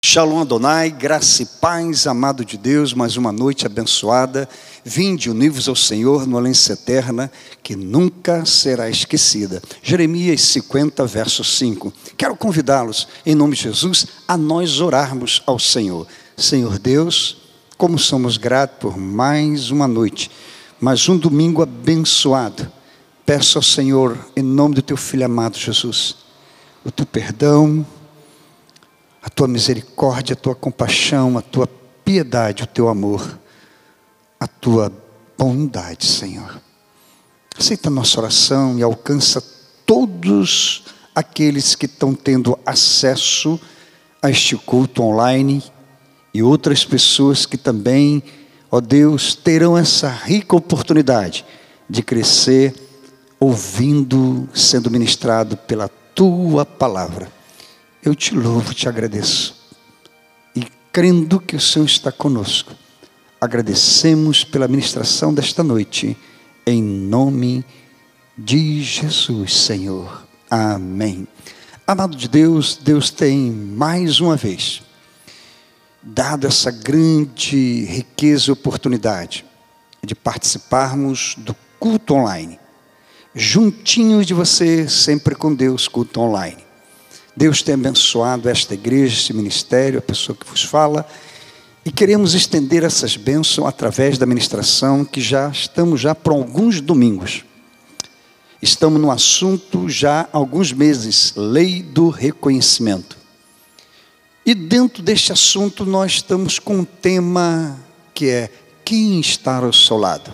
Shalom Adonai, graça e paz, amado de Deus, mais uma noite abençoada. Vinde, univos ao Senhor numa aliança eterna que nunca será esquecida. Jeremias 50, verso 5. Quero convidá-los, em nome de Jesus, a nós orarmos ao Senhor. Senhor Deus, como somos gratos por mais uma noite, mais um domingo abençoado. Peço ao Senhor, em nome do Teu Filho amado Jesus, o Teu perdão, a Tua misericórdia, a Tua compaixão, a Tua piedade, o Teu amor, a Tua bondade, Senhor. Aceita a nossa oração e alcança todos aqueles que estão tendo acesso a este culto online e outras pessoas que também, ó Deus, terão essa rica oportunidade de crescer ouvindo, sendo ministrado pela Tua palavra. Eu te louvo, te agradeço. E crendo que o Senhor está conosco, agradecemos pela ministração desta noite, em nome de Jesus, Senhor. Amém. Amado de Deus, Deus tem mais uma vez dado essa grande riqueza e oportunidade de participarmos do culto online. Juntinhos de você, sempre com Deus, culto online. Deus tem abençoado esta igreja, esse ministério, a pessoa que vos fala, e queremos estender essas bênçãos através da ministração que estamos por alguns domingos. Estamos no assunto já há alguns meses, lei do reconhecimento. E dentro deste assunto nós estamos com um tema que é quem está ao seu lado.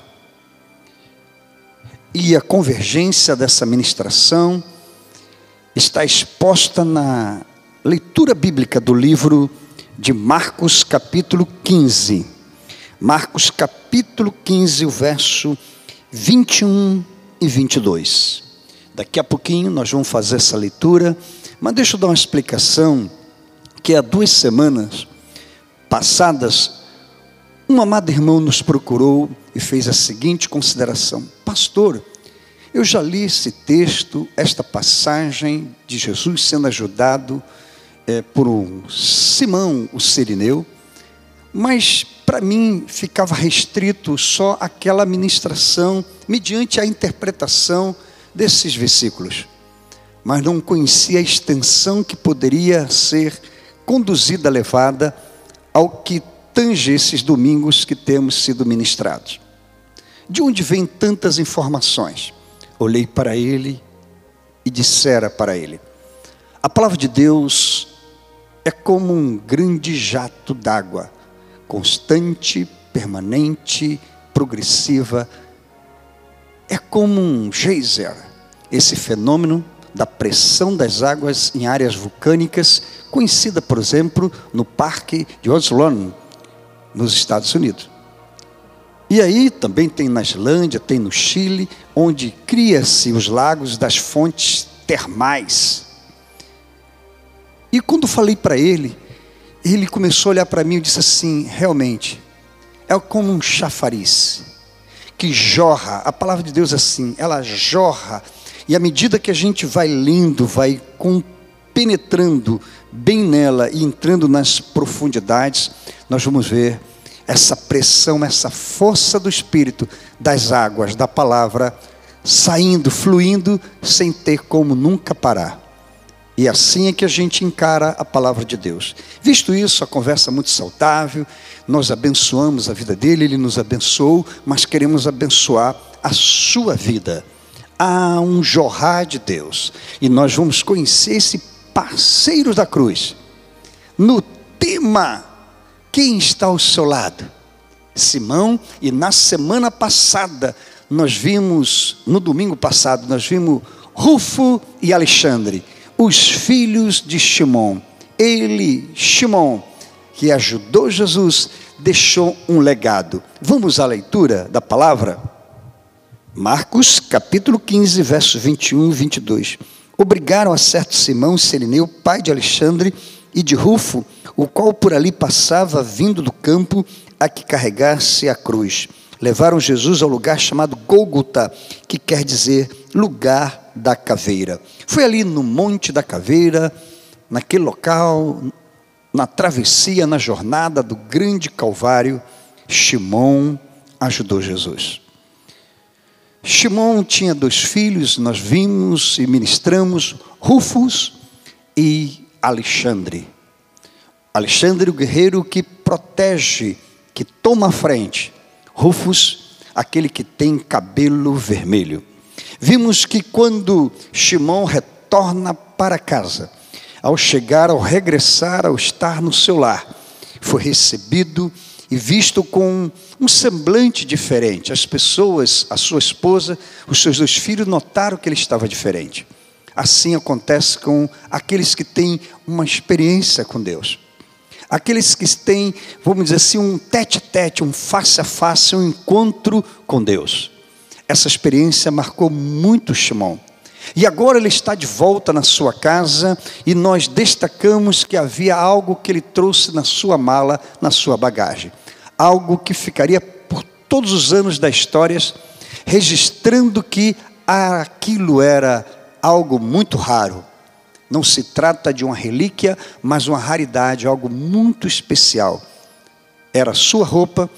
E a convergência dessa ministração está exposta na leitura bíblica do livro de Marcos capítulo 15. Marcos capítulo 15, o verso 21 e 22. Daqui a pouquinho nós vamos fazer essa leitura, mas deixa eu dar uma explicação, que há 2 semanas passadas, um amado irmão nos procurou e fez a seguinte consideração: pastor, eu já li esse texto, esta passagem de Jesus sendo ajudado por um Simão, o Cirineu, mas para mim ficava restrito só aquela ministração, mediante a interpretação desses versículos, mas não conhecia a extensão que poderia ser conduzida, levada ao que tange esses domingos que temos sido ministrados. De onde vêm tantas informações? Olhei para ele e dissera para ele: a palavra de Deus é como um grande jato d'água, constante, permanente, progressiva. É como um geyser, esse fenômeno da pressão das águas em áreas vulcânicas, conhecida, por exemplo, no Parque de Oslo, nos Estados Unidos. E aí também tem na Islândia, tem no Chile, onde cria-se os lagos das fontes termais. E quando falei para ele, ele começou a olhar para mim e disse assim: realmente, é como um chafariz, que jorra, a palavra de Deus é assim, ela jorra, e à medida que a gente vai lendo, vai penetrando bem nela e entrando nas profundidades, nós vamos ver essa pressão, essa força do Espírito, das águas, da palavra, saindo, fluindo, sem ter como nunca parar. E assim é que a gente encara a palavra de Deus. Visto isso, a conversa é muito saudável, nós abençoamos a vida dele, ele nos abençoou, mas queremos abençoar a sua vida. Há um jorrar de Deus, e nós vamos conhecer esse parceiro da cruz, no tema: quem está ao seu lado? Simão. E na semana passada, nós vimos, no domingo passado, nós vimos Rufo e Alexandre, os filhos de Shimon. Ele, Shimon, que ajudou Jesus, deixou um legado. Vamos à leitura da palavra? Marcos capítulo 15, versos 21 e 22. Obrigaram a certo Simão Cirineu, pai de Alexandre e de Rufo, o qual por ali passava, vindo do campo, a que carregasse a cruz. Levaram Jesus ao lugar chamado Gólgota, que quer dizer lugar da caveira. Foi ali no Monte da Caveira, naquele local, na travessia, na jornada do grande Calvário, Shimon ajudou Jesus. Shimon tinha 2 filhos, nós vimos e ministramos, Rufus e Alexandre. Alexandre, o guerreiro que protege, que toma a frente. Rufus, aquele que tem cabelo vermelho. Vimos que quando Shimon retorna para casa, ao chegar, ao regressar, ao estar no seu lar, foi recebido e visto com um semblante diferente. As pessoas, a sua esposa, os seus 2 filhos notaram que ele estava diferente. Assim acontece com aqueles que têm uma experiência com Deus. Aqueles que têm, vamos dizer assim, um tete-a-tete, um face-a-face, um encontro com Deus. Essa experiência marcou muito Shimon. E agora ele está de volta na sua casa e nós destacamos que havia algo que ele trouxe na sua mala, na sua bagagem. Algo que ficaria por todos os anos da história, registrando que aquilo era algo muito raro. Não se trata de uma relíquia, mas uma raridade, algo muito especial. Era a sua roupa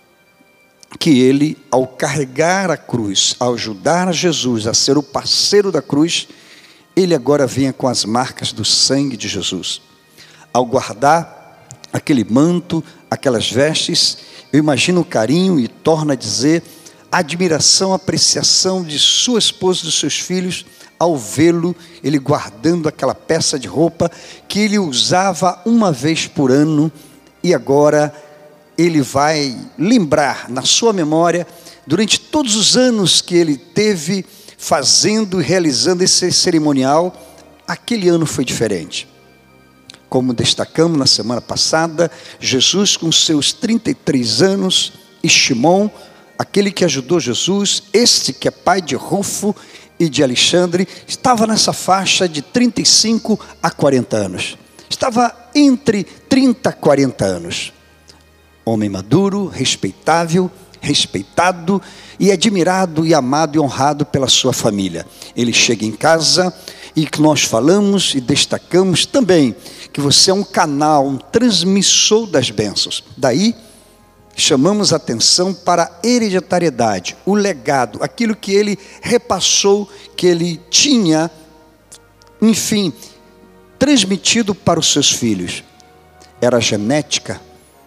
que ele, ao carregar a cruz, ao ajudar a Jesus a ser o parceiro da cruz, ele agora vinha com as marcas do sangue de Jesus. Ao guardar aquele manto, aquelas vestes, eu imagino o carinho e torno a dizer, a admiração, a apreciação de sua esposa e dos seus filhos, ao vê-lo, ele guardando aquela peça de roupa que ele usava uma vez por ano, e agora ele vai lembrar na sua memória, durante todos os anos que ele teve fazendo e realizando esse cerimonial, aquele ano foi diferente. Como destacamos na semana passada, Jesus com seus 33 anos, e Shimon, aquele que ajudou Jesus, este que é pai de Rufo e de Alexandre, estava nessa faixa de 35 a 40 anos. Estava entre 30 a 40 anos. Homem maduro, respeitável, respeitado e admirado e amado e honrado pela sua família. Ele chega em casa e que nós falamos e destacamos também que você é um canal, um transmissor das bênçãos. Daí chamamos a atenção para a hereditariedade, o legado, aquilo que ele repassou, que ele tinha, enfim, transmitido para os seus filhos. Era genética,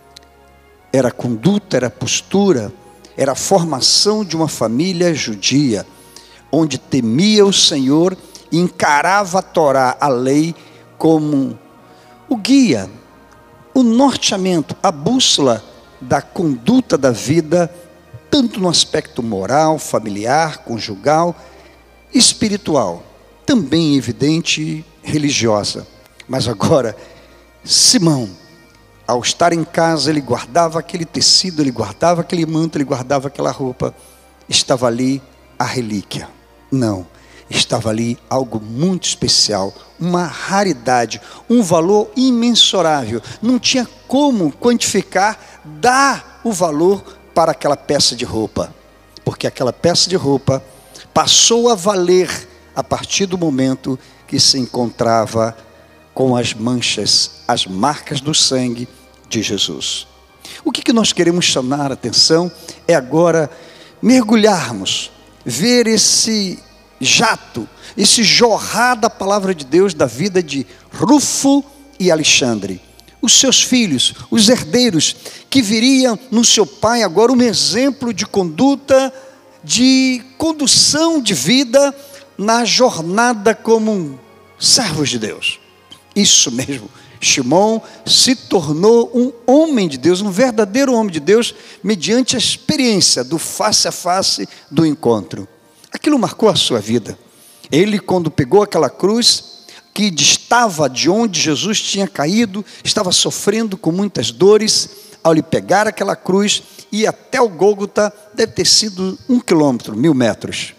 era conduta, era postura, era a formação de uma família judia, onde temia o Senhor e encarava a Torá, a lei, como o guia, o norteamento, a bússola da conduta da vida, tanto no aspecto moral, familiar, conjugal, espiritual, também evidente, religiosa. Mas agora, Simão, ao estar em casa, ele guardava aquele tecido, ele guardava aquele manto, ele guardava aquela roupa. Estava ali a relíquia? Não, estava ali algo muito especial, uma raridade, um valor imensurável. Não tinha como quantificar, dar o valor para aquela peça de roupa, porque aquela peça de roupa passou a valer a partir do momento que se encontrava com as manchas, as marcas do sangue de Jesus. O que nós queremos chamar a atenção é agora mergulharmos, ver esse jato, esse jorrar da palavra de Deus da vida de Rufo e Alexandre, os seus filhos, os herdeiros, que viriam no seu pai agora um exemplo de conduta, de condução de vida na jornada como servos de Deus. Isso mesmo, Shimon se tornou um homem de Deus, um verdadeiro homem de Deus, mediante a experiência do face a face do encontro. Aquilo marcou a sua vida. Ele, quando pegou aquela cruz, que distava de onde Jesus tinha caído, estava sofrendo com muitas dores, ao lhe pegar aquela cruz, e até o Gólgota deve ter sido 1 quilômetro, 1000 metros.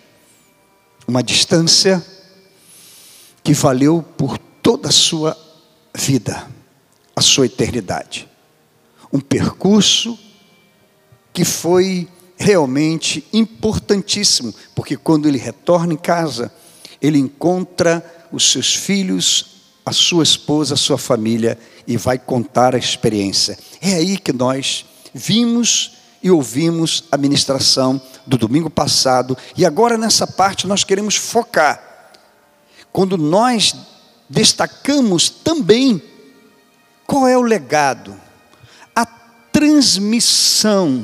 Uma distância que valeu por toda a sua vida, a sua eternidade. Um percurso que foi realmente importantíssimo, porque quando ele retorna em casa, ele encontra os seus filhos a sua esposa, a sua família, e vai contar a experiência. É aí que nós vimos e ouvimos a ministração do domingo passado, e agora nessa parte nós queremos focar, quando nós destacamos também qual é o legado, a transmissão.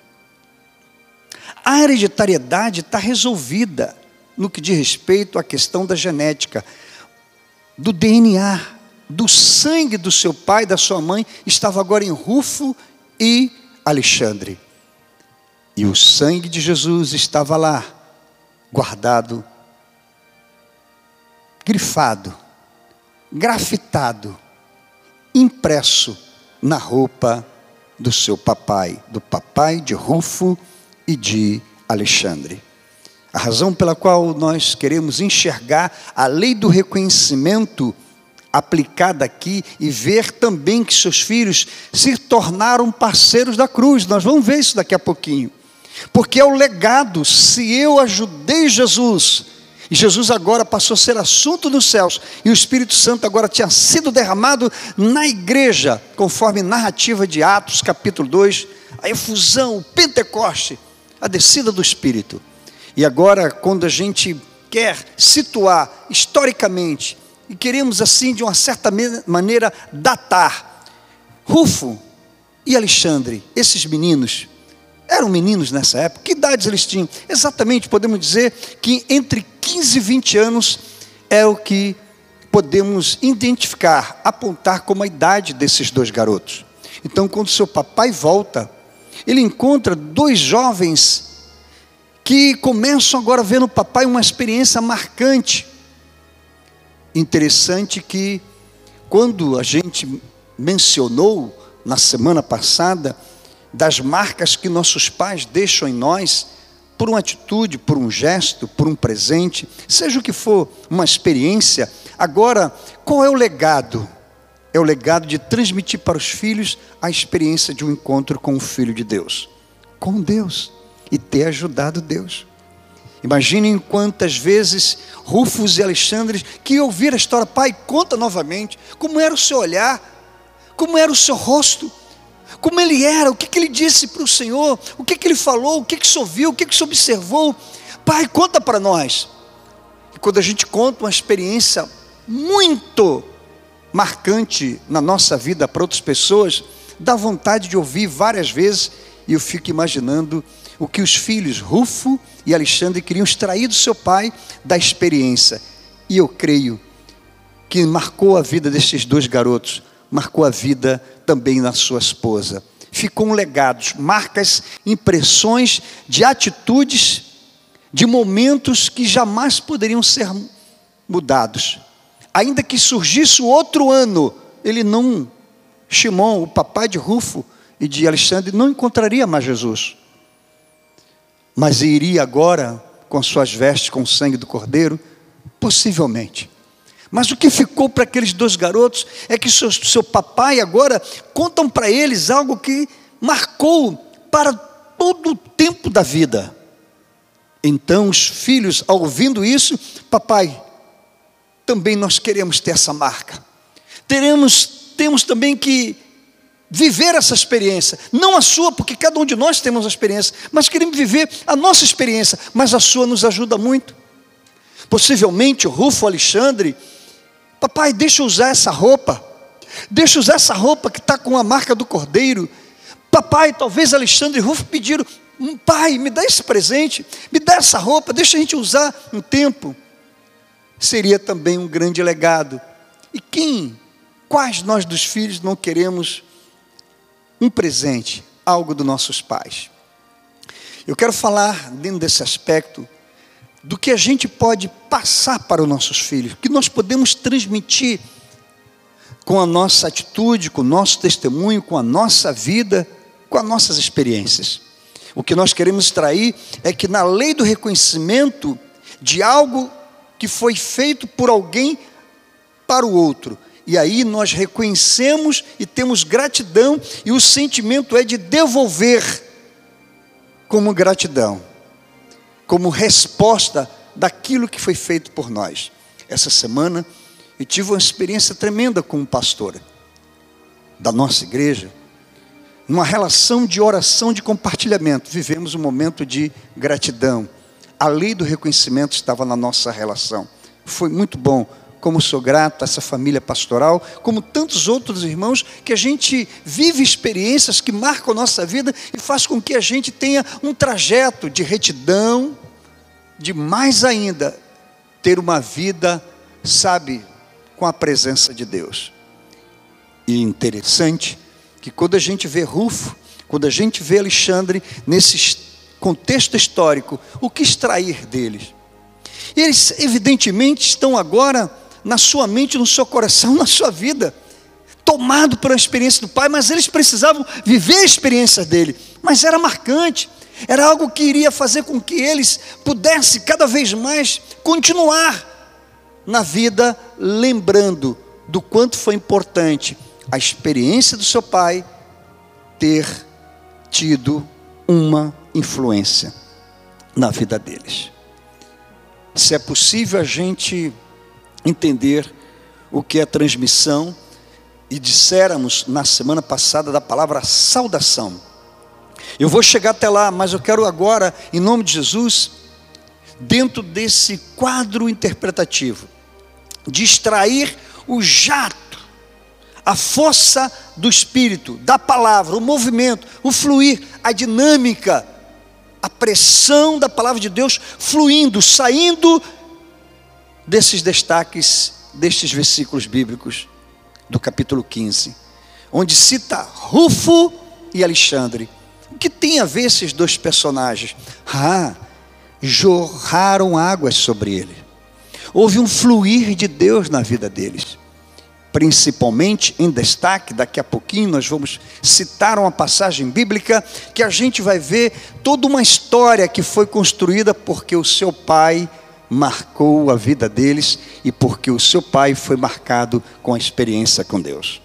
A hereditariedade está resolvida no que diz respeito à questão da genética, do DNA, do sangue do seu pai, da sua mãe, estava agora em Rufo e Alexandre. E o sangue de Jesus estava lá, guardado, grifado, grafitado, impresso na roupa do seu papai, do papai de Rufo e de Alexandre. A razão pela qual nós queremos enxergar a lei do reconhecimento aplicada aqui e ver também que seus filhos se tornaram parceiros da cruz. Nós vamos ver isso daqui a pouquinho. Porque é o legado, se eu ajudei Jesus, e Jesus agora passou a ser assunto nos céus, e o Espírito Santo agora tinha sido derramado na igreja, conforme narrativa de Atos capítulo 2, a efusão, o Pentecoste, a descida do Espírito. E agora, quando a gente quer situar historicamente, e queremos assim, de uma certa maneira, datar, Rufo e Alexandre, esses meninos, eram meninos nessa época, que idades eles tinham? Exatamente, podemos dizer que entre 15 e 20 anos é o que podemos identificar, apontar como a idade desses dois garotos. Então, quando seu papai volta, ele encontra dois jovens que começam agora a ver no papai uma experiência marcante. Interessante que, quando a gente mencionou na semana passada, das marcas que nossos pais deixam em nós, por uma atitude, por um gesto, por um presente, seja o que for, uma experiência. Agora, qual é o legado? É o legado de transmitir para os filhos a experiência de um encontro com o Filho de Deus, com Deus, e ter ajudado Deus. Imaginem quantas vezes Rufus e Alexandre, que ouviram a história, pai, conta novamente, como era o seu olhar, como era o seu rosto, como ele era, o que ele disse para o Senhor, o que ele falou, o que o Senhor viu, o que o Senhor observou. Pai, conta para nós. E quando a gente conta uma experiência muito marcante na nossa vida para outras pessoas, dá vontade de ouvir várias vezes, e eu fico imaginando o que os filhos Rufo e Alexandre queriam extrair do seu pai, da experiência. E eu creio que marcou a vida desses dois garotos, marcou a vida também na sua esposa. Ficou um legado, marcas, impressões de atitudes, de momentos que jamais poderiam ser mudados. Ainda que surgisse o outro ano, ele não, Shimon, o papai de Rufo e de Alexandre, não encontraria mais Jesus. Mas iria agora com suas vestes, com o sangue do Cordeiro? Possivelmente. Mas o que ficou para aqueles dois garotos é que seu papai agora contam para eles algo que marcou para todo o tempo da vida. Então os filhos, ao ouvindo isso, papai, também nós queremos ter essa marca. Temos também que viver essa experiência, não a sua, porque cada um de nós temos a experiência, mas queremos viver a nossa experiência, mas a sua nos ajuda muito. Possivelmente o Rufo, Alexandre, papai, deixa eu usar essa roupa, deixa eu usar essa roupa que está com a marca do Cordeiro. Papai, talvez Alexandre e Rufo pediram, pai, me dá esse presente, me dá essa roupa, deixa a gente usar um tempo. Seria também um grande legado. E quais nós dos filhos não queremos um presente, algo dos nossos pais? Eu quero falar dentro desse aspecto do que a gente pode passar para os nossos filhos, que nós podemos transmitir com a nossa atitude, com o nosso testemunho, com a nossa vida, com as nossas experiências. O que nós queremos extrair é que na lei do reconhecimento de algo que foi feito por alguém para o outro, e aí nós reconhecemos e temos gratidão, e o sentimento é de devolver como gratidão, como resposta daquilo que foi feito por nós. Essa semana e tive uma experiência tremenda como pastora da nossa igreja. Numa relação de oração, de compartilhamento, vivemos um momento de gratidão. A lei do reconhecimento estava na nossa relação. Foi muito bom. Como sou grato a essa família pastoral, como tantos outros irmãos, que a gente vive experiências que marcam a nossa vida e faz com que a gente tenha um trajeto de retidão, de mais ainda, ter uma vida, sabe, com a presença de Deus. E interessante que quando a gente vê Rufo, quando a gente vê Alexandre, nesse contexto histórico, o que extrair deles? Eles evidentemente estão agora na sua mente, no seu coração, na sua vida, tomado pela experiência do Pai, mas eles precisavam viver a experiência dele, mas era marcante, era algo que iria fazer com que eles pudessem cada vez mais continuar na vida, lembrando do quanto foi importante a experiência do seu pai ter tido uma influência na vida deles. Se é possível a gente entender o que é transmissão, e disséramos na semana passada da palavra saudação. Eu vou chegar até lá, mas eu quero agora, em nome de Jesus, dentro desse quadro interpretativo, de extrair o jato, a força do Espírito, da palavra, o movimento, o fluir, a dinâmica, a pressão da palavra de Deus fluindo, saindo desses destaques, destes versículos bíblicos do capítulo 15, onde cita Rufo e Alexandre. O que tem a ver esses dois personagens? Jorraram águas sobre ele. Houve um fluir de Deus na vida deles. Principalmente em destaque, daqui a pouquinho nós vamos citar uma passagem bíblica que a gente vai ver toda uma história que foi construída porque o seu pai marcou a vida deles e porque o seu pai foi marcado com a experiência com Deus.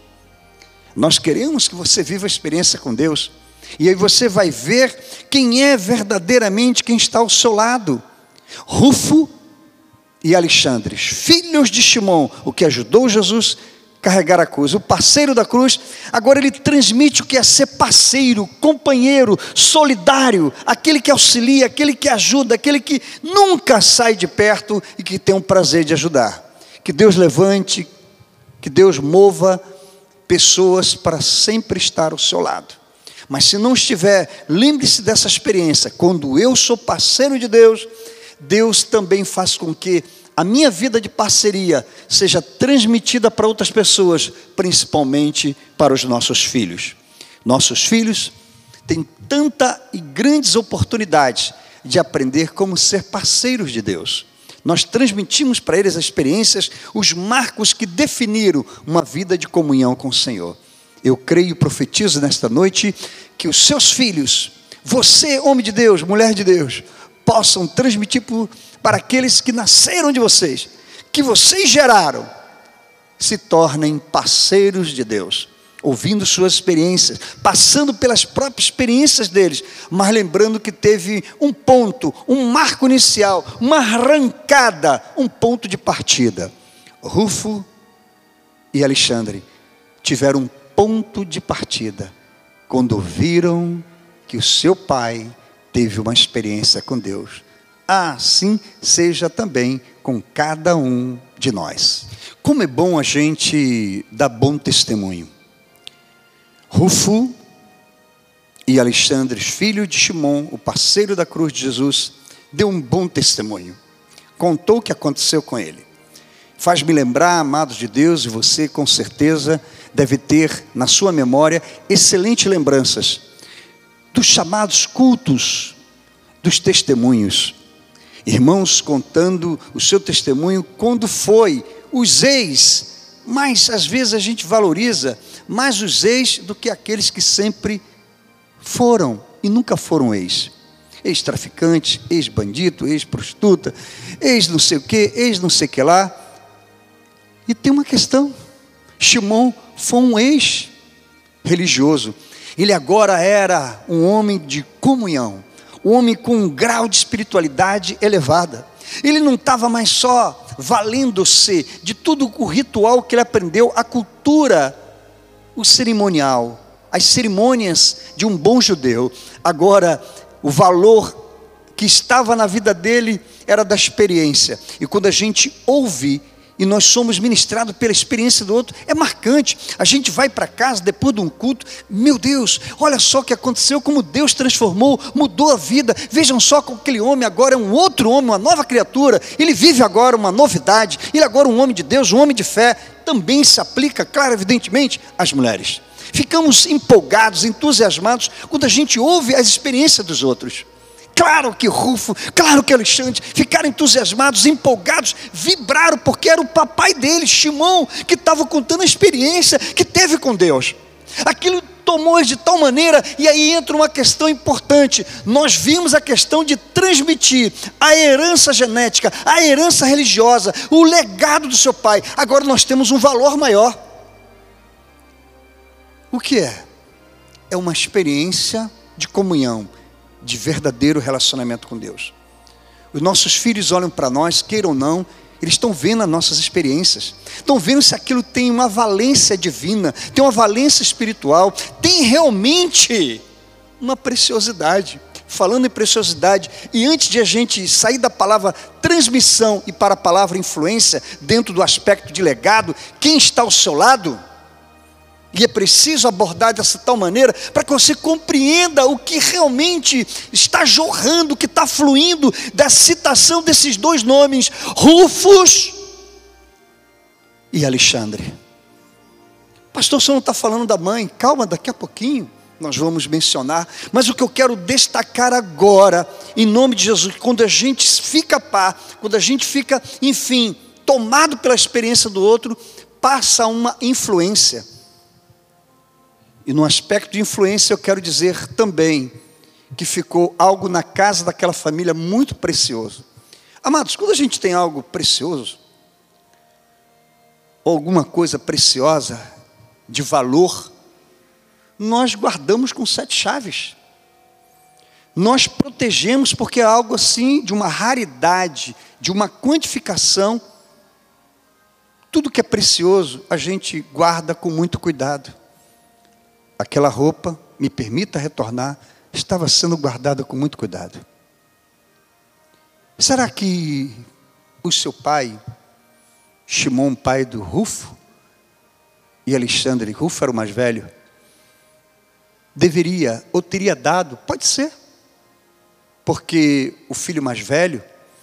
Nós queremos que você viva a experiência com Deus, e aí você vai ver quem é verdadeiramente quem está ao seu lado. Rufo e Alexandre, filhos de Shimon, o que ajudou Jesus a carregar a cruz, o parceiro da cruz. Agora ele transmite o que é ser parceiro, companheiro, solidário, aquele que auxilia, aquele que ajuda, aquele que nunca sai de perto e que tem o prazer de ajudar. Que Deus levante, que Deus mova pessoas para sempre estar ao seu lado. Mas se não estiver, lembre-se dessa experiência. Quando eu sou parceiro de Deus, Deus também faz com que a minha vida de parceria seja transmitida para outras pessoas, principalmente para os nossos filhos. Nossos filhos têm tanta e grandes oportunidades de aprender como ser parceiros de Deus. Nós transmitimos para eles as experiências, os marcos que definiram uma vida de comunhão com o Senhor. Eu creio e profetizo nesta noite que os seus filhos, você, homem de Deus, mulher de Deus, possam transmitir para aqueles que nasceram de vocês, que vocês geraram, se tornem parceiros de Deus, ouvindo suas experiências, passando pelas próprias experiências deles, mas lembrando que teve um ponto, um marco inicial, uma arrancada, um ponto de partida. Rufo e Alexandre tiveram um ponto de partida, quando viram que o seu pai teve uma experiência com Deus. Assim seja também com cada um de nós. Como é bom a gente dar bom testemunho. Rufo e Alexandre, filho de Shimon, o parceiro da cruz de Jesus, deu um bom testemunho. Contou o que aconteceu com ele. Faz-me lembrar, amados de Deus, e você com certeza deve ter na sua memória excelentes lembranças dos chamados cultos dos testemunhos. Irmãos contando o seu testemunho quando foi, os ex, mas às vezes a gente valoriza mais os ex do que aqueles que sempre foram e nunca foram ex. Ex-traficante, ex-bandido, ex-prostituta, ex-não sei o que, ex-não sei o que lá. E tem uma questão, Shimon foi um ex-religioso. Ele agora era um homem de comunhão, um homem com um grau de espiritualidade elevada. Ele não estava mais só valendo-se de tudo o ritual que ele aprendeu, a cultura, o cerimonial, as cerimônias de um bom judeu. Agora, o valor que estava na vida dele era da experiência. E quando a gente ouve e nós somos ministrados pela experiência do outro, é marcante. A gente vai para casa depois de um culto, meu Deus, olha só o que aconteceu, como Deus transformou, mudou a vida. Vejam só como aquele homem agora é um outro homem, uma nova criatura. Ele vive agora uma novidade. Ele agora é um homem de Deus, um homem de fé. Também se aplica, claro, evidentemente, às mulheres. Ficamos empolgados, entusiasmados quando a gente ouve as experiências dos outros. Claro que Rufo, claro que Alexandre ficaram entusiasmados, empolgados, vibraram, porque era o papai deles, Shimon, que estava contando a experiência que teve com Deus. Aquilo tomou eles de tal maneira, e aí entra uma questão importante. Nós vimos a questão de transmitir a herança genética, a herança religiosa, o legado do seu pai. Agora nós temos um valor maior. O que é? É uma experiência de comunhão, de verdadeiro relacionamento com Deus. Os nossos filhos olham para nós, queiram ou não, eles estão vendo as nossas experiências, estão vendo se aquilo tem uma valência divina, tem uma valência espiritual, tem realmente uma preciosidade. Falando em preciosidade, e antes de a gente sair da palavra transmissão e para a palavra influência, dentro do aspecto de legado, quem está ao seu lado? E é preciso abordar dessa tal maneira para que você compreenda o que realmente está jorrando, o que está fluindo da citação desses dois nomes, Rufus e Alexandre. Pastor, você não está falando da mãe? Calma, daqui a pouquinho nós vamos mencionar. Mas o que eu quero destacar agora, em nome de Jesus, quando a gente fica quando a gente fica, enfim, tomado pela experiência do outro, passa uma influência. E no aspecto de influência eu quero dizer também que ficou algo na casa daquela família muito precioso. Amados, quando a gente tem algo precioso, ou alguma coisa preciosa, de valor, nós guardamos com 7 chaves. Nós protegemos porque é algo assim de uma raridade, de uma quantificação. Tudo que é precioso a gente guarda com muito cuidado. Aquela roupa, me permita retornar, estava sendo guardada com muito cuidado. Será que o seu pai, Shimon, pai do Rufo, e Alexandre, Rufo era o mais velho, deveria ou teria dado? Pode ser, porque o filho mais velho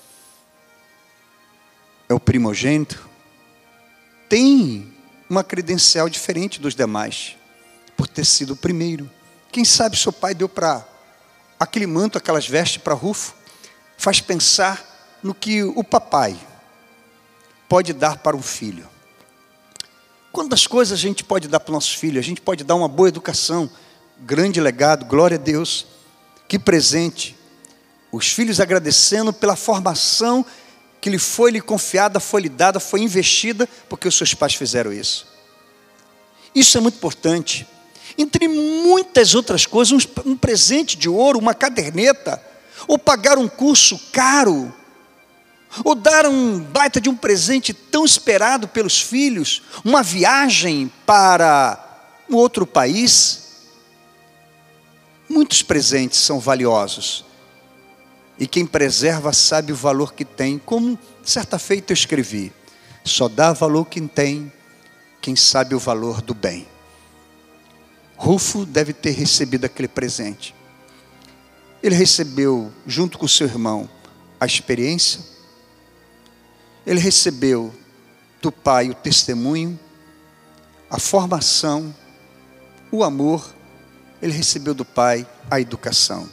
é o primogênito, tem uma credencial diferente dos demais, por ter sido o primeiro. Quem sabe seu pai deu para aquele manto, aquelas vestes para Rufo, faz pensar no que o papai pode dar para um filho. Quantas coisas a gente pode dar para o nosso filho? A gente pode dar uma boa educação, grande legado, glória a Deus, que presente. Os filhos agradecendo pela formação que lhe foi confiada, foi lhe dada, foi investida, porque os seus pais fizeram isso. Isso é muito importante. Entre muitas outras coisas, um presente de ouro, uma caderneta, ou pagar um curso caro, ou dar um baita de um presente tão esperado pelos filhos, uma viagem para um outro país. Muitos presentes são valiosos, e quem preserva sabe o valor que tem. Como certa feita eu escrevi, só dá valor quem sabe o valor do bem. Rufo deve ter recebido aquele presente. Ele recebeu, junto com seu irmão, a experiência. Ele recebeu do pai o testemunho, a formação, o amor. Ele recebeu do pai a educação.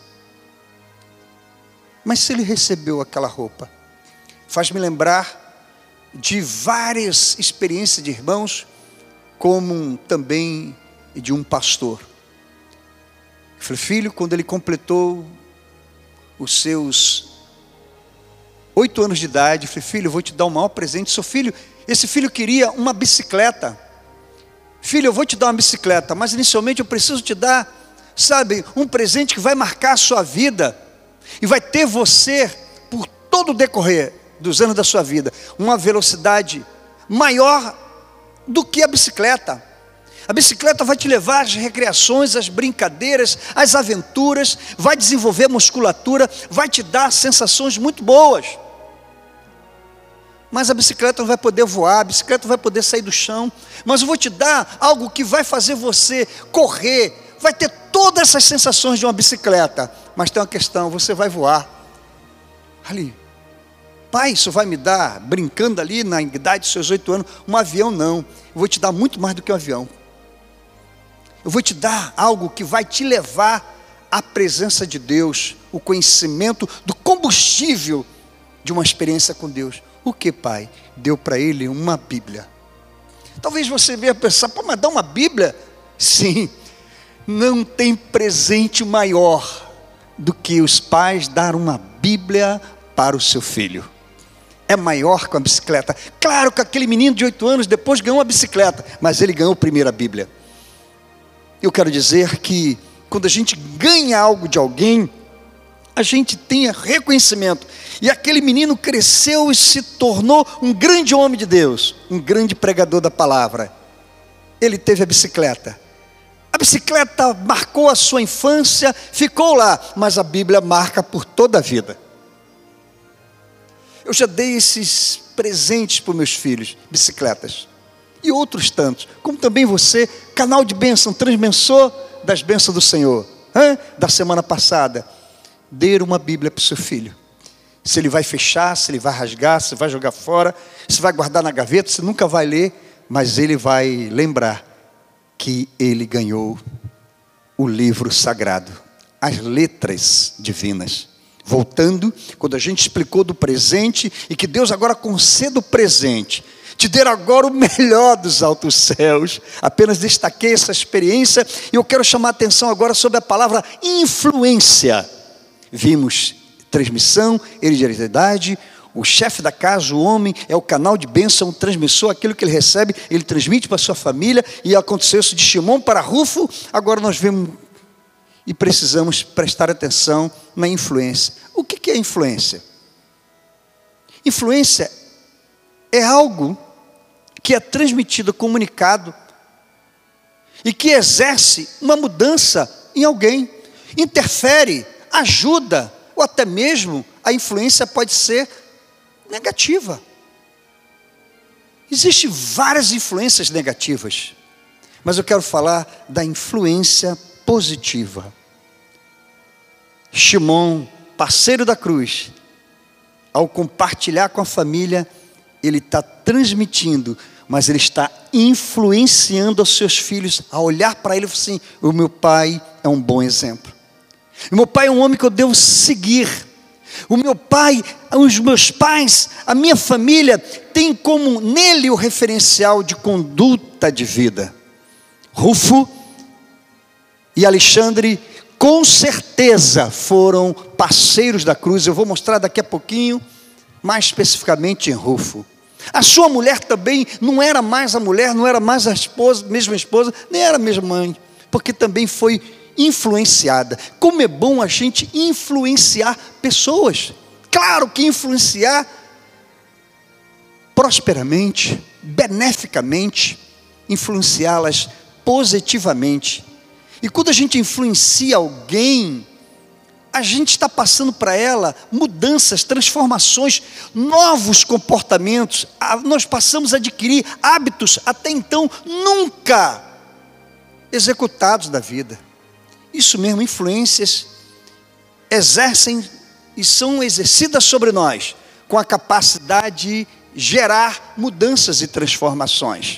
Mas se ele recebeu aquela roupa, faz-me lembrar de várias experiências de irmãos, como também de um pastor. Eu falei, filho, quando ele completou os seus 8 anos de idade, eu falei, filho, eu vou te dar o maior presente. Seu filho, esse filho queria uma bicicleta. Filho, eu vou te dar uma bicicleta, mas inicialmente eu preciso te dar, sabe, um presente que vai marcar a sua vida e vai ter você por todo o decorrer dos anos da sua vida, uma velocidade maior do que a bicicleta. A bicicleta vai te levar às recreações, às brincadeiras, às aventuras, vai desenvolver musculatura, vai te dar sensações muito boas. Mas a bicicleta não vai poder voar, a bicicleta não vai poder sair do chão. Mas eu vou te dar algo que vai fazer você correr, vai ter todas essas sensações de uma bicicleta. Mas tem uma questão, você vai voar. Ali, pai, isso vai me dar, brincando ali na idade dos seus 8 anos, um avião não. Eu vou te dar muito mais do que um avião. Eu vou te dar algo que vai te levar à presença de Deus, o conhecimento do combustível de uma experiência com Deus. O que, pai? Deu para ele uma Bíblia. Talvez você venha pensar, pô, mas dá uma Bíblia? Sim, não tem presente maior do que os pais dar uma Bíblia para o seu filho. É maior que a bicicleta. Claro que aquele menino de 8 anos depois ganhou uma bicicleta, mas ele ganhou primeiro a Bíblia. Eu quero dizer que quando a gente ganha algo de alguém, a gente tenha reconhecimento. E aquele menino cresceu e se tornou um grande homem de Deus, um grande pregador da palavra. Ele teve a bicicleta. A bicicleta marcou a sua infância, ficou lá, mas a Bíblia marca por toda a vida. Eu já dei esses presentes para os meus filhos, bicicletas. E outros tantos, como também você, canal de bênção, transmissor das bênçãos do Senhor, da semana passada. Dê uma Bíblia para o seu filho. Se ele vai fechar, se ele vai rasgar, se vai jogar fora, se vai guardar na gaveta, se nunca vai ler, mas ele vai lembrar que ele ganhou o livro sagrado, as letras divinas. Voltando, quando a gente explicou do presente, e que Deus agora conceda o presente, te der agora o melhor dos altos céus. Apenas destaquei essa experiência, e eu quero chamar a atenção agora sobre a palavra influência. Vimos transmissão, hereditariedade, o chefe da casa, o homem, é o canal de bênção, o transmissor, aquilo que ele recebe, ele transmite para a sua família, e aconteceu isso de Shimon para Rufo. Agora nós vemos e precisamos prestar atenção na influência. O que é influência? Influência é algo que é transmitido, comunicado, e que exerce uma mudança em alguém, interfere, ajuda, ou até mesmo a influência pode ser negativa. Existem várias influências negativas, mas eu quero falar da influência positiva. Shimon, parceiro da cruz, ao compartilhar com a família, ele está transmitindo, mas ele está influenciando os seus filhos a olhar para ele e falar assim: o meu pai é um bom exemplo. O meu pai é um homem que eu devo seguir. O meu pai, os meus pais, a minha família tem como nele o referencial de conduta de vida. Rufo e Alexandre com certeza foram parceiros da cruz. Eu vou mostrar daqui a pouquinho, mais especificamente em Rufo. A sua mulher também não era mais a mulher, não era mais a esposa, mesma esposa, nem era a mesma mãe, porque também foi influenciada. Como é bom a gente influenciar pessoas. Claro que influenciar prosperamente, beneficamente, influenciá-las positivamente. E quando a gente influencia alguém, a gente está passando para ela mudanças, transformações, novos comportamentos. Nós passamos a adquirir hábitos até então nunca executados da vida. Isso mesmo, influências exercem e são exercidas sobre nós com a capacidade de gerar mudanças e transformações.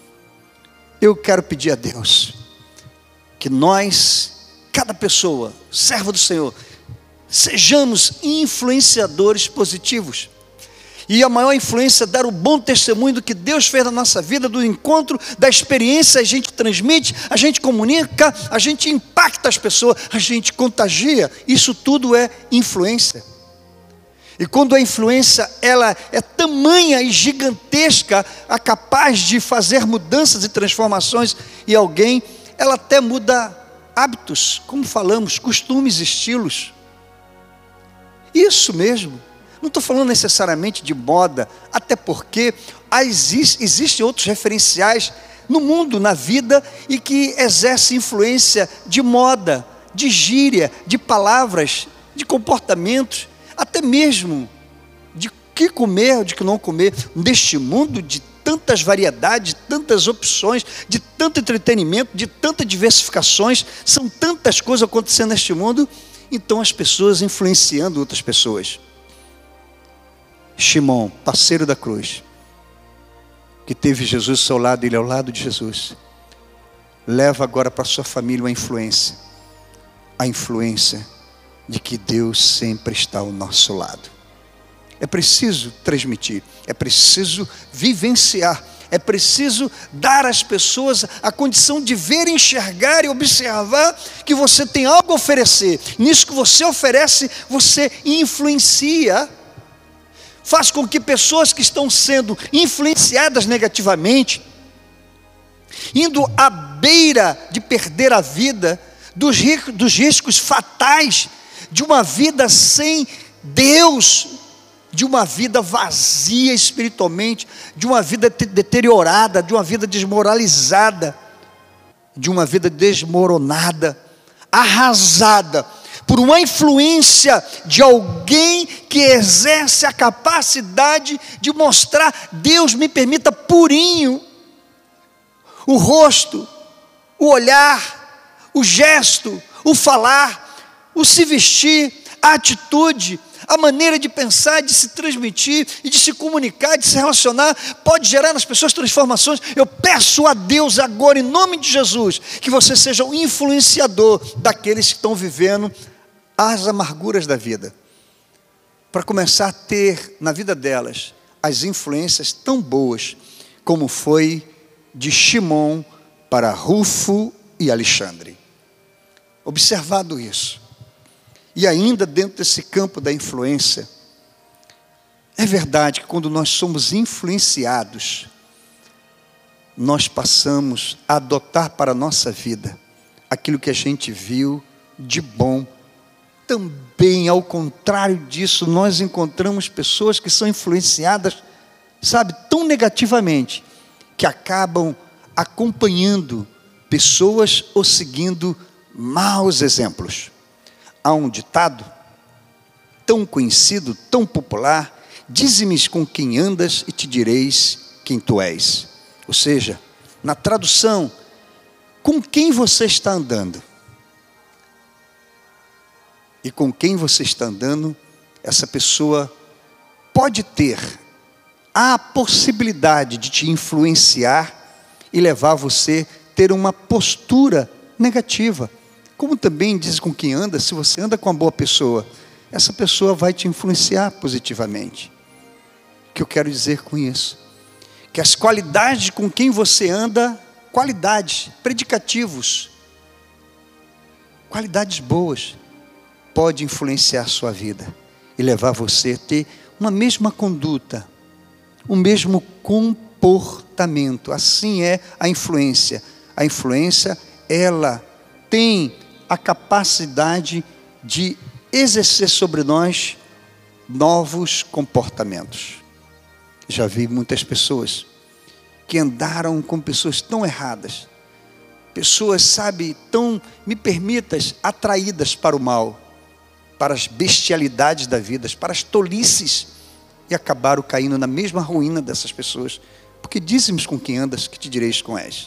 Eu quero pedir a Deus que nós, cada pessoa, servo do Senhor, sejamos influenciadores positivos. E a maior influência é dar o bom testemunho do que Deus fez na nossa vida, do encontro, da experiência. A gente transmite, a gente comunica, a gente impacta as pessoas, a gente contagia. Isso tudo é influência. E quando a influência ela é tamanha e gigantesca, é capaz de fazer mudanças e transformações em alguém, ela até muda hábitos, como falamos, costumes, estilos. Isso mesmo. Não estou falando necessariamente de moda, até porque existem outros referenciais no mundo, na vida, e que exercem influência de moda, de gíria, de palavras, de comportamentos, até mesmo de que comer, de que não comer, neste mundo de tantas variedades, de tantas opções, de tanto entretenimento, de tantas diversificações, são tantas coisas acontecendo neste mundo, então as pessoas influenciando outras pessoas. Shimon, parceiro da cruz, que teve Jesus ao seu lado, ele ao lado de Jesus, leva agora para sua família a influência de que Deus sempre está ao nosso lado. É preciso transmitir, é preciso vivenciar, é preciso dar às pessoas a condição de ver, enxergar e observar que você tem algo a oferecer. Nisso que você oferece, você influencia, faz com que pessoas que estão sendo influenciadas negativamente, indo à beira de perder a vida, dos riscos fatais de uma vida sem Deus, de uma vida vazia espiritualmente, de uma vida deteriorada, de uma vida desmoralizada, de uma vida desmoronada, arrasada por uma influência de alguém que exerce a capacidade de mostrar, Deus me permita, purinho, o rosto, o olhar, o gesto, o falar, o se vestir, a atitude, a maneira de pensar, de se transmitir e de se comunicar, de se relacionar, pode gerar nas pessoas transformações. Eu peço a Deus agora, em nome de Jesus, que você seja um influenciador daqueles que estão vivendo as amarguras da vida, para começar a ter na vida delas as influências tão boas como foi de Shimon para Rufo e Alexandre. Observado isso, e ainda dentro desse campo da influência, é verdade que quando nós somos influenciados, nós passamos a adotar para a nossa vida aquilo que a gente viu de bom. Também, ao contrário disso, nós encontramos pessoas que são influenciadas, sabe, tão negativamente, que acabam acompanhando pessoas ou seguindo maus exemplos. Há um ditado tão conhecido, tão popular: dize-me com quem andas e te direis quem tu és. Ou seja, na tradução, com quem você está andando? E com quem você está andando, essa pessoa pode ter a possibilidade de te influenciar e levar você a ter uma postura negativa. Como também diz com quem anda, se você anda com uma boa pessoa, essa pessoa vai te influenciar positivamente. O que eu quero dizer com isso? Que as qualidades com quem você anda, qualidades, predicativos, qualidades boas, pode influenciar a sua vida e levar você a ter uma mesma conduta, o mesmo comportamento. Assim é a influência. A influência, ela tem a capacidade de exercer sobre nós novos comportamentos. Já vi muitas pessoas que andaram com pessoas tão erradas, pessoas, sabe, tão, me permitas, atraídas para o mal, para as bestialidades da vida, para as tolices, e acabaram caindo na mesma ruína dessas pessoas. Porque dize-me com quem andas, que te direis com és.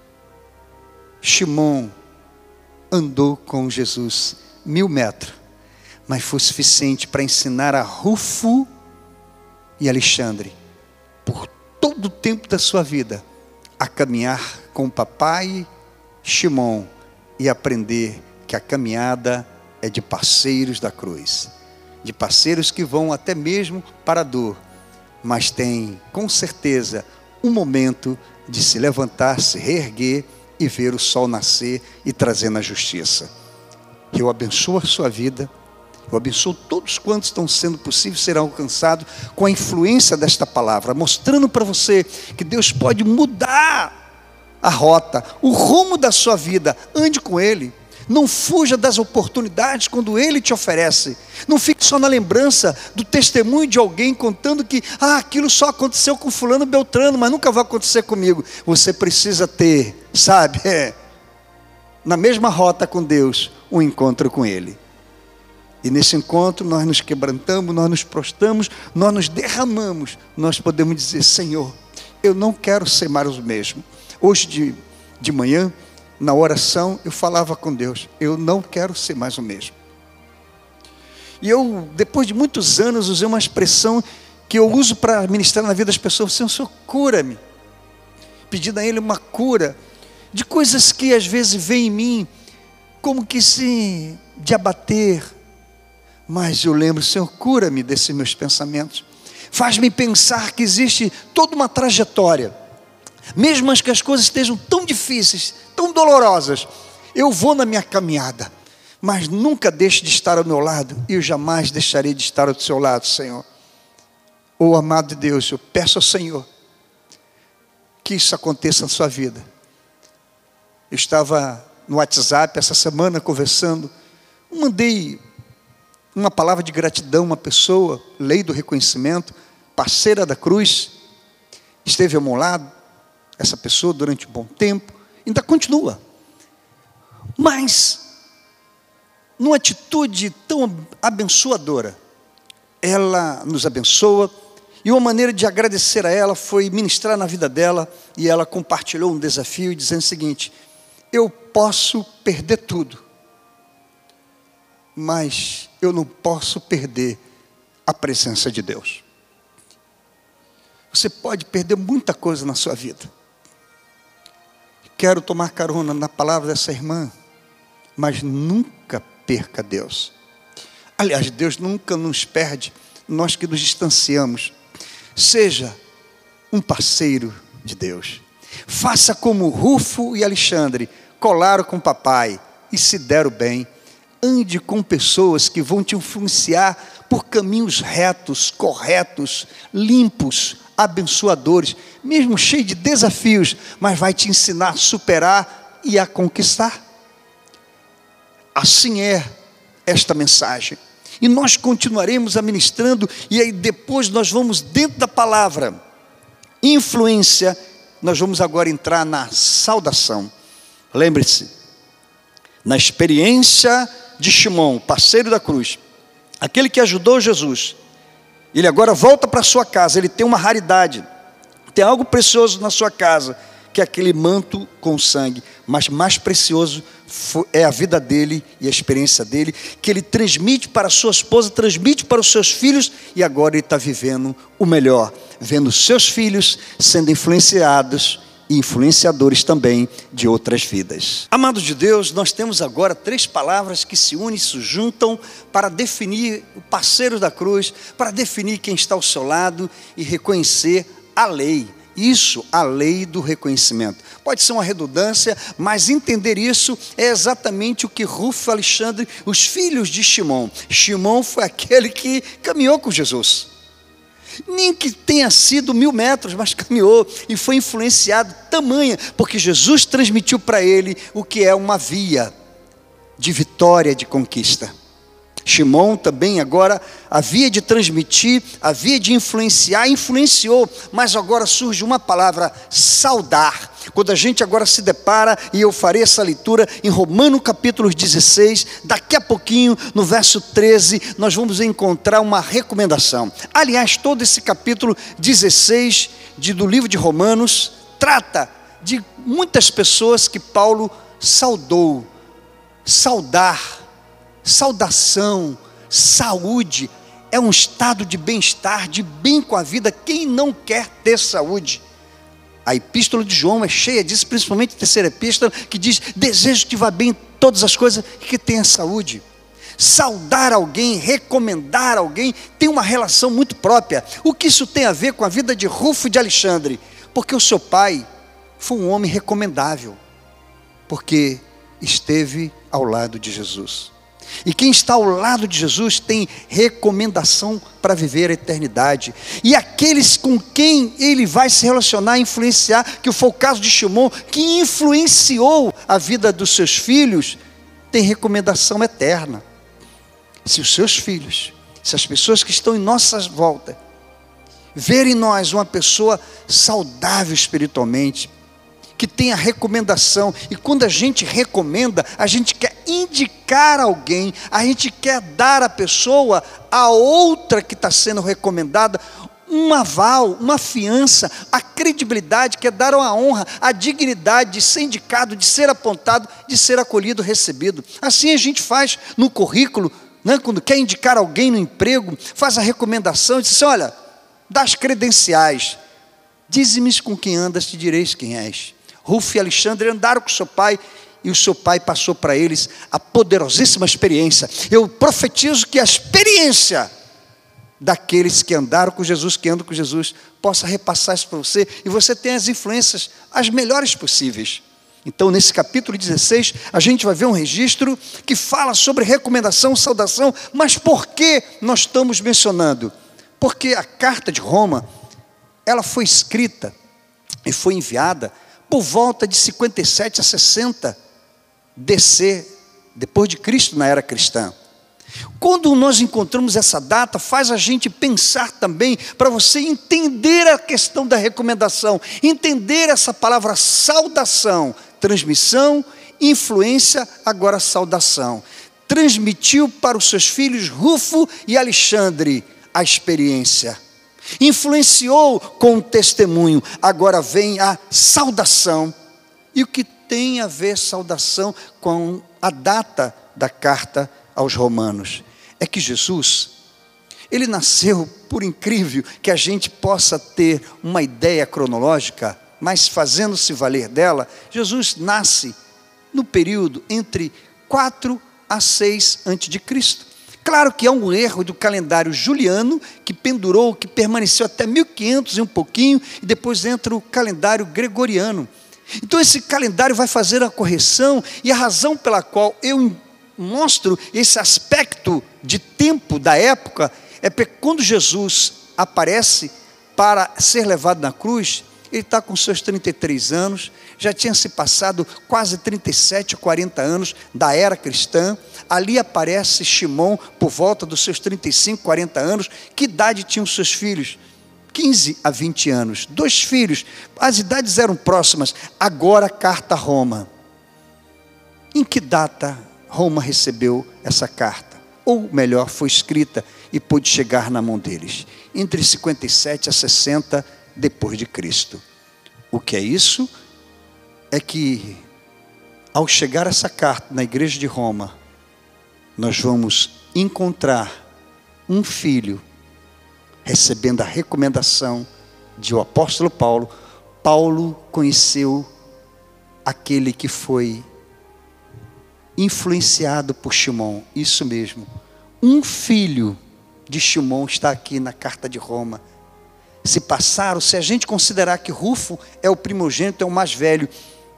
Shimon andou com Jesus 1000 metros, mas foi suficiente para ensinar a Rufo e Alexandre, por todo o tempo da sua vida, a caminhar com o papai Shimon e aprender que a caminhada é de parceiros da cruz, de parceiros que vão até mesmo para a dor, mas tem com certeza um momento de se levantar, se reerguer e ver o sol nascer e trazer na justiça. Eu abençoo a sua vida, eu abençoo todos quantos estão sendo possível serão alcançados com a influência desta palavra, mostrando para você que Deus pode mudar a rota, o rumo da sua vida. Ande com Ele, Não fuja das oportunidades quando Ele te oferece. Não fique só na lembrança do testemunho de alguém contando que aquilo só aconteceu com fulano Beltrano, mas nunca vai acontecer comigo. Você precisa ter, sabe, na mesma rota com Deus, um encontro com Ele. E nesse encontro nós nos quebrantamos, nós nos prostramos, nós nos derramamos. Nós podemos dizer: Senhor, eu não quero ser mais o mesmo. Hoje de manhã, na oração, eu falava com Deus: eu não quero ser mais o mesmo. E eu, depois de muitos anos, usei uma expressão que eu uso para ministrar na vida das pessoas: Senhor, cura-me. Pedindo a Ele uma cura de coisas que às vezes vêm em mim como que se de abater. Mas eu lembro: Senhor, cura-me desses meus pensamentos. Faz-me pensar que existe toda uma trajetória. Mesmo que as coisas estejam tão difíceis, tão dolorosas, eu vou na minha caminhada, mas nunca deixe de estar ao meu lado, e eu jamais deixarei de estar ao seu lado, Senhor. Amado de Deus, eu peço ao Senhor que isso aconteça na sua vida. Eu estava no WhatsApp essa semana conversando, mandei uma palavra de gratidão a uma pessoa, lei do reconhecimento, parceira da cruz, esteve ao meu lado, essa pessoa durante um bom tempo, ainda continua, mas numa atitude tão abençoadora. Ela nos abençoa, e uma maneira de agradecer a ela foi ministrar na vida dela, e ela compartilhou um desafio dizendo o seguinte: eu posso perder tudo, mas eu não posso perder a presença de Deus. Você pode perder muita coisa na sua vida. Quero tomar carona na palavra dessa irmã, mas nunca perca Deus. Aliás, Deus nunca nos perde, nós que nos distanciamos. Seja um parceiro de Deus. Faça como Rufo e Alexandre, colaram com o papai e se deram bem. Ande com pessoas que vão te influenciar por caminhos retos, corretos, limpos, abençoadores, mesmo cheio de desafios, mas vai te ensinar a superar e a conquistar. Assim é esta mensagem. E nós continuaremos administrando, e aí depois nós vamos dentro da palavra influência, nós vamos agora entrar na saudação. Lembre-se, na experiência de Shimon, parceiro da cruz, aquele que ajudou Jesus, ele agora volta para sua casa. Ele tem uma raridade, tem algo precioso na sua casa, que é aquele manto com sangue, mas mais precioso é a vida dele e a experiência dele, que ele transmite para a sua esposa, transmite para os seus filhos, e agora ele está vivendo o melhor, vendo seus filhos sendo influenciados e influenciadores também de outras vidas. Amados de Deus, nós temos agora 3 palavras que se unem, se juntam para definir o parceiro da cruz, para definir quem está ao seu lado e reconhecer a lei. Isso, a lei do reconhecimento. Pode ser uma redundância, mas entender isso é exatamente o que Rufo e Alexandre, os filhos de Shimon. Shimon foi aquele que caminhou com Jesus. Nem que tenha sido 1000 metros, mas caminhou e foi influenciado tamanha, porque Jesus transmitiu para ele o que é uma via de vitória, de conquista. Shimon também agora havia de transmitir, havia de influenciar, influenciou, mas agora surge uma palavra: saudar. Quando a gente agora se depara, e eu farei essa leitura em Romanos capítulo 16, daqui a pouquinho, no verso 13, nós vamos encontrar uma recomendação. Aliás, todo esse capítulo 16 do livro de Romanos trata de muitas pessoas que Paulo saudou. Saudar, saudação, saúde, é um estado de bem-estar, de bem com a vida. Quem não quer ter saúde? A epístola de João é cheia disso, principalmente a terceira epístola, que diz: desejo que vá bem em todas as coisas e que tenha saúde. Saudar alguém, recomendar alguém, tem uma relação muito própria. O que isso tem a ver com a vida de Rufo e de Alexandre? Porque o seu pai foi um homem recomendável, porque esteve ao lado de Jesus. E quem está ao lado de Jesus tem recomendação para viver a eternidade. E aqueles com quem ele vai se relacionar, influenciar, que foi o caso de Shimon, que influenciou a vida dos seus filhos, tem recomendação eterna. Se os seus filhos, se as pessoas que estão em nossa volta, verem em nós uma pessoa saudável espiritualmente, que tem a recomendação, e quando a gente recomenda, a gente quer indicar alguém, a gente quer dar à pessoa, a outra que está sendo recomendada, um aval, uma fiança, a credibilidade, quer dar a honra, a dignidade de ser indicado, de ser apontado, de ser acolhido, recebido. Assim a gente faz no currículo, né? Quando quer indicar alguém no emprego, faz a recomendação, diz assim, olha, dá as credenciais, dize-me com quem andas, te direis quem és. Rufo e Alexandre andaram com seu pai, e o seu pai passou para eles a poderosíssima experiência. Eu profetizo que a experiência daqueles que andaram com Jesus, que andam com Jesus, possa repassar isso para você, e você tem as influências, as melhores possíveis. Então, nesse capítulo 16, a gente vai ver um registro que fala sobre recomendação, saudação, mas por que nós estamos mencionando? Porque a carta de Roma, ela foi escrita e foi enviada por volta de 57 a 60 DC, depois de Cristo, na era cristã. Quando nós encontramos essa data, faz a gente pensar também, para você entender a questão da recomendação, entender essa palavra saudação, transmissão, influência, agora saudação. Transmitiu para os seus filhos Rufo e Alexandre a experiência. Influenciou com o testemunho, agora vem a saudação. E o que tem a ver saudação com a data da carta aos Romanos? É que Jesus, ele nasceu, por incrível que a gente possa ter uma ideia cronológica, mas fazendo-se valer dela, Jesus nasce no período entre 4 a 6 a.C. Claro que há um erro do calendário juliano, que pendurou, que permaneceu até 1500 e um pouquinho, e depois entra o calendário gregoriano. Então esse calendário vai fazer a correção, e a razão pela qual eu mostro esse aspecto de tempo da época, é porque quando Jesus aparece para ser levado na cruz, ele está com seus 33 anos, já tinha se passado quase 37 a 40 anos da era cristã. Ali aparece Shimon por volta dos seus 35, 40 anos. Que idade tinham seus filhos? 15 a 20 anos. 2 filhos, as idades eram próximas. Agora carta a Roma. Em que data Roma recebeu essa carta? Ou melhor, foi escrita e pôde chegar na mão deles? Entre 57 a 60 depois de Cristo. O que é isso? É que ao chegar essa carta na igreja de Roma, nós vamos encontrar um filho recebendo a recomendação de o apóstolo Paulo. Paulo conheceu aquele que foi influenciado por Shimon, isso mesmo. Um filho de Shimon está aqui na carta de Roma. Se a gente considerar que Rufo é o primogênito, é o mais velho,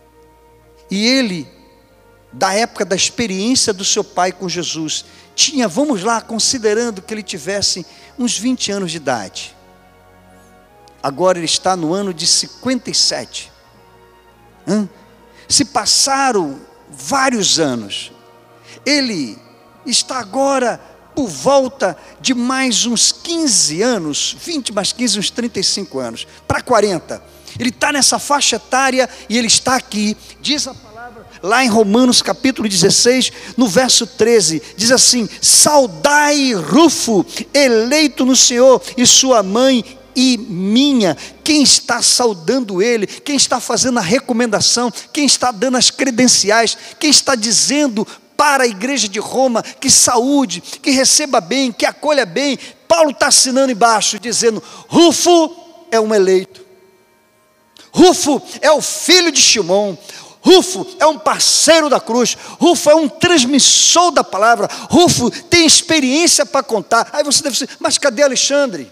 e ele, da época da experiência do seu pai com Jesus, tinha, vamos lá, considerando que ele tivesse uns 20 anos de idade. Agora ele está no ano de 57. Se passaram vários anos, ele está agora por volta de mais uns 15 anos, 20 mais 15, uns 35 anos, para 40. Ele está nessa faixa etária e ele está aqui, diz a palavra, lá em Romanos capítulo 16, no verso 13, diz assim: saudai Rufo, eleito no Senhor, e sua mãe e minha. Quem está saudando ele, quem está fazendo a recomendação, quem está dando as credenciais, quem está dizendo para a igreja de Roma que saúde, que receba bem, que acolha bem. Paulo está assinando embaixo, dizendo: Rufo é um eleito, Rufo é o filho de Shimon, Rufo é um parceiro da cruz, Rufo é um transmissor da palavra, Rufo tem experiência para contar. Aí você deve dizer: mas cadê Alexandre?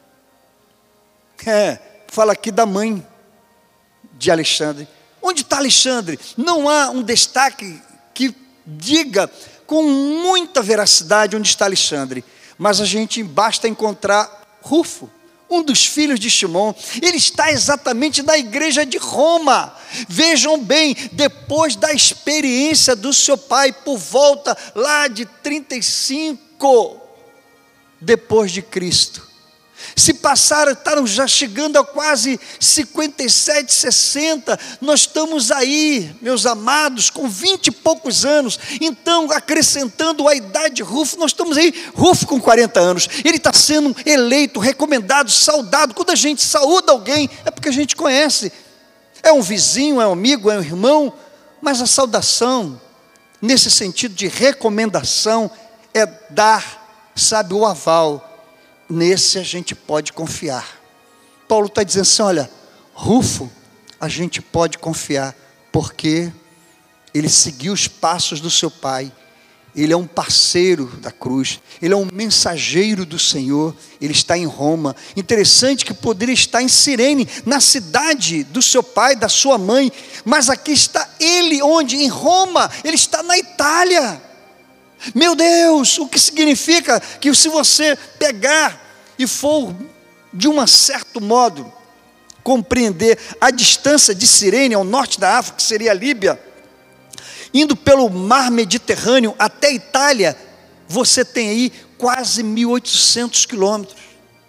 Fala aqui da mãe de Alexandre. Onde está Alexandre? Não há um destaque que diga com muita veracidade onde está Alexandre, mas a gente basta encontrar Rufo. um dos filhos de Shimon, ele está exatamente na igreja de Roma. Vejam bem, depois da experiência do seu pai, por volta lá de 35 depois de Cristo. Se passaram, estavam já chegando a quase 57, 60, nós estamos aí, meus amados, com 20 e poucos anos, então acrescentando a idade de Rufo, nós estamos aí, Rufo com 40 anos, ele está sendo eleito, recomendado, saudado. Quando a gente saúda alguém, é porque a gente conhece, é um vizinho, é um amigo, é um irmão, mas a saudação, nesse sentido de recomendação, é dar, sabe, o aval. Nesse a gente pode confiar. Paulo está dizendo assim, olha, Rufo, a gente pode confiar, porque ele seguiu os passos do seu pai, ele é um parceiro da cruz, ele é um mensageiro do Senhor, ele está em Roma. Interessante que poderia estar em Cirene, na cidade do seu pai, da sua mãe, mas aqui está ele, onde? Em Roma, ele está na Itália. Meu Deus, o que significa que se você pegar e for, de um certo modo, compreender a distância de Cirene ao norte da África, que seria a Líbia, indo pelo mar Mediterrâneo até a Itália, você tem aí quase 1.800 quilômetros,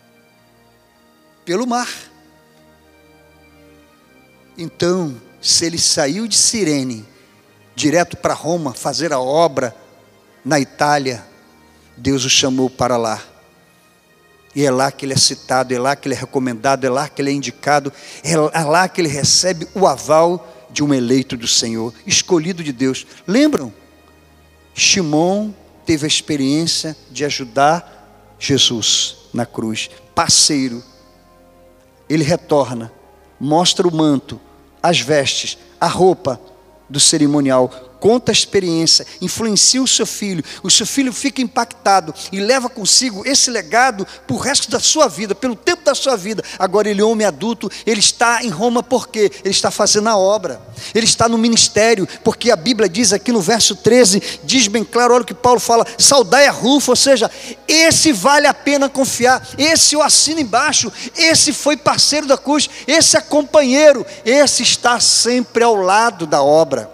pelo mar. Então, se ele saiu de Cirene, direto para Roma, fazer a obra, na Itália, Deus o chamou para lá, e é lá que ele é citado, é lá que ele é recomendado, é lá que ele é indicado, é lá que ele recebe o aval de um eleito do Senhor, escolhido de Deus. Lembram? Shimon teve a experiência de ajudar Jesus na cruz, parceiro. Ele retorna, mostra o manto, as vestes, a roupa do cerimonial, conta a experiência, influencia o seu filho fica impactado e leva consigo esse legado para o resto da sua vida, pelo tempo da sua vida. Agora ele é homem adulto, ele está em Roma porque ele está fazendo a obra, ele está no ministério, porque a Bíblia diz aqui no verso 13, diz bem claro, olha o que Paulo fala, saudai a Rufo, ou seja, esse vale a pena confiar, esse eu assino embaixo, esse foi parceiro da cruz, esse é companheiro, esse está sempre ao lado da obra.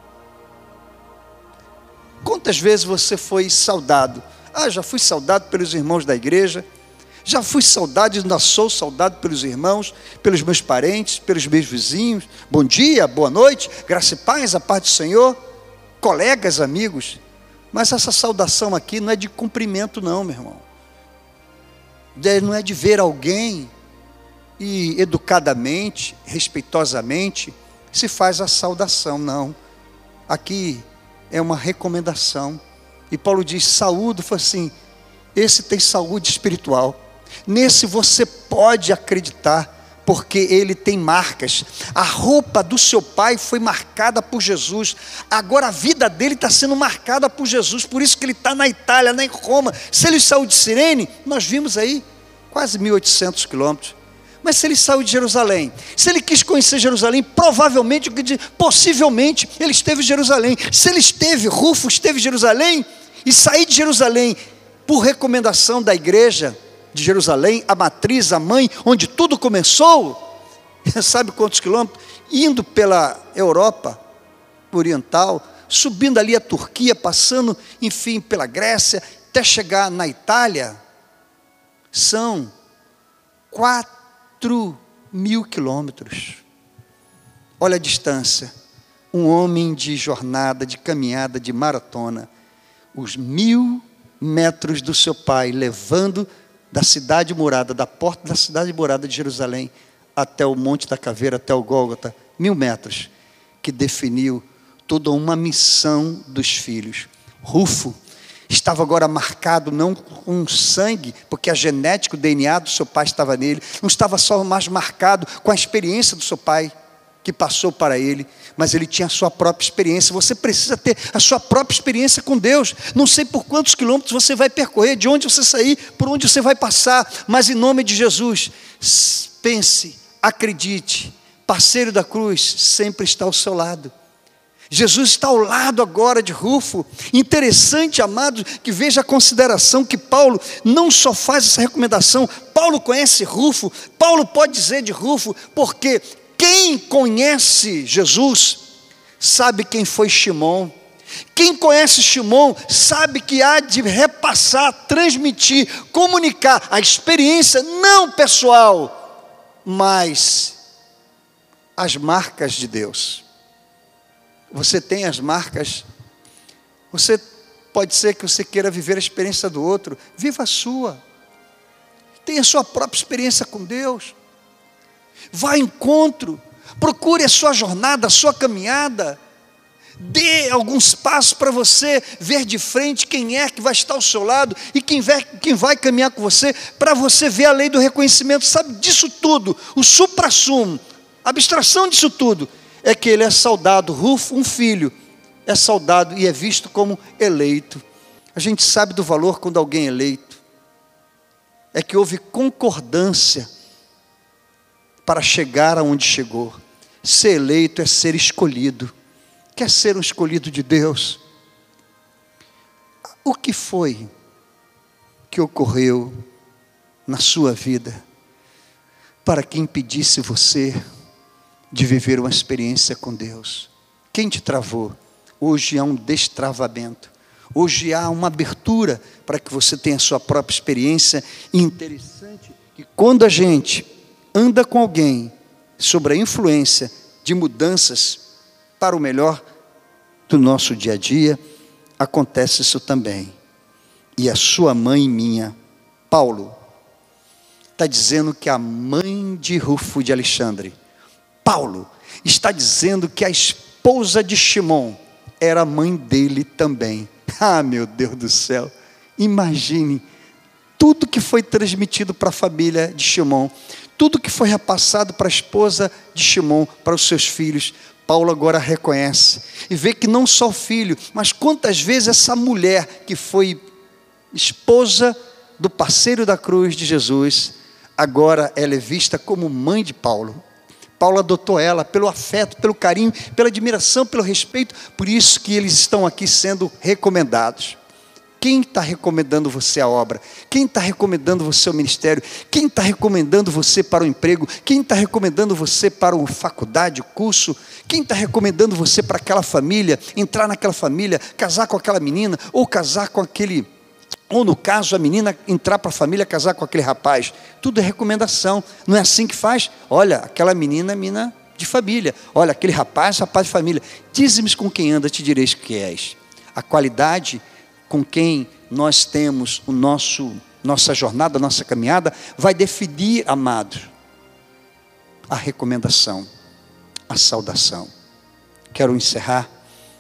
Quantas vezes você foi saudado? Já fui saudado pelos irmãos da igreja, já fui saudado, ainda sou saudado pelos irmãos, pelos meus parentes, pelos meus vizinhos. Bom dia, boa noite, graça e paz, a paz do Senhor, colegas, amigos. Mas essa saudação aqui não é de cumprimento não, meu irmão. Não é de ver alguém e educadamente, respeitosamente, se faz a saudação, não. Aqui é uma recomendação, e Paulo diz, saúde, foi assim, esse tem saúde espiritual, nesse você pode acreditar, porque ele tem marcas, a roupa do seu pai foi marcada por Jesus, agora a vida dele está sendo marcada por Jesus, por isso que ele está na Itália, em Roma. Se ele saiu de Cirene, nós vimos aí, quase 1.800 quilômetros, mas se ele saiu de Jerusalém, se ele quis conhecer Jerusalém, provavelmente, possivelmente, ele esteve em Jerusalém. Se ele esteve, Rufo esteve em Jerusalém, e sair de Jerusalém, por recomendação da igreja de Jerusalém, a matriz, a mãe, onde tudo começou, sabe quantos quilômetros? Indo pela Europa Oriental, subindo ali a Turquia, passando, enfim, pela Grécia, até chegar na Itália, são 4.000 quilômetros. Olha a distância, um homem de jornada, de caminhada, de maratona, os 1.000 metros do seu pai, levando da cidade morada, da porta da cidade morada de Jerusalém, até o Monte da Caveira, até o Gólgota, 1.000 metros, que definiu toda uma missão dos filhos. Rufo estava agora marcado não com sangue, porque a genética, o DNA do seu pai estava nele, não estava só mais marcado com a experiência do seu pai, que passou para ele, mas ele tinha a sua própria experiência. Você precisa ter a sua própria experiência com Deus. Não sei por quantos quilômetros você vai percorrer, de onde você sair, por onde você vai passar, mas em nome de Jesus, pense, acredite, parceiro da cruz sempre está ao seu lado. Jesus está ao lado agora de Rufo. Interessante, amados, que veja a consideração que Paulo não só faz essa recomendação. Paulo conhece Rufo. Paulo pode dizer de Rufo, porque quem conhece Jesus sabe quem foi Shimon. Quem conhece Shimon sabe que há de repassar, transmitir, comunicar a experiência não pessoal, mas as marcas de Deus. Você tem as marcas. Você pode ser que você queira viver a experiência do outro. Viva a sua. Tenha a sua própria experiência com Deus. Vá ao encontro. Procure a sua jornada, a sua caminhada. Dê alguns passos para você ver de frente quem é que vai estar ao seu lado e quem vai caminhar com você, para você ver a lei do reconhecimento. Sabe disso tudo, o supra-sumo, a abstração disso tudo, é que ele é saudado. Rufo, um filho, é saudado e é visto como eleito. A gente sabe do valor quando alguém é eleito. É que houve concordância para chegar aonde chegou. Ser eleito é ser escolhido. Quer ser um escolhido de Deus? O que foi que ocorreu na sua vida para que impedisse você de viver uma experiência com Deus? Quem te travou? Hoje há um destravamento. Hoje há uma abertura para que você tenha a sua própria experiência. E interessante que quando a gente anda com alguém sobre a influência de mudanças para o melhor do nosso dia a dia, acontece isso também. E a sua mãe e minha, Paulo, está dizendo que a mãe de Rufo de Alexandre, Paulo, está dizendo que a esposa de Shimon era mãe dele também. Ah, meu Deus do céu, imagine tudo que foi transmitido para a família de Shimon, tudo que foi repassado para a esposa de Shimon, para os seus filhos. Paulo agora reconhece e vê que não só o filho, mas quantas vezes essa mulher que foi esposa do parceiro da cruz de Jesus, agora ela é vista como mãe de Paulo. Paulo adotou ela pelo afeto, pelo carinho, pela admiração, pelo respeito. Por isso que eles estão aqui sendo recomendados. Quem está recomendando você a obra? Quem está recomendando você o ministério? Quem está recomendando você para o emprego? Quem está recomendando você para a faculdade, o curso? Quem está recomendando você para aquela família, entrar naquela família, casar com aquela menina, ou casar com aquele... Ou no caso, a menina entrar para a família, casar com aquele rapaz. Tudo é recomendação. Não é assim que faz? Olha, aquela menina é menina de família. Olha, aquele rapaz, rapaz de família. Dize-me com quem anda, te direis que és. A qualidade com quem nós temos nossa jornada, nossa caminhada, vai definir, amados, a recomendação, a saudação. Quero encerrar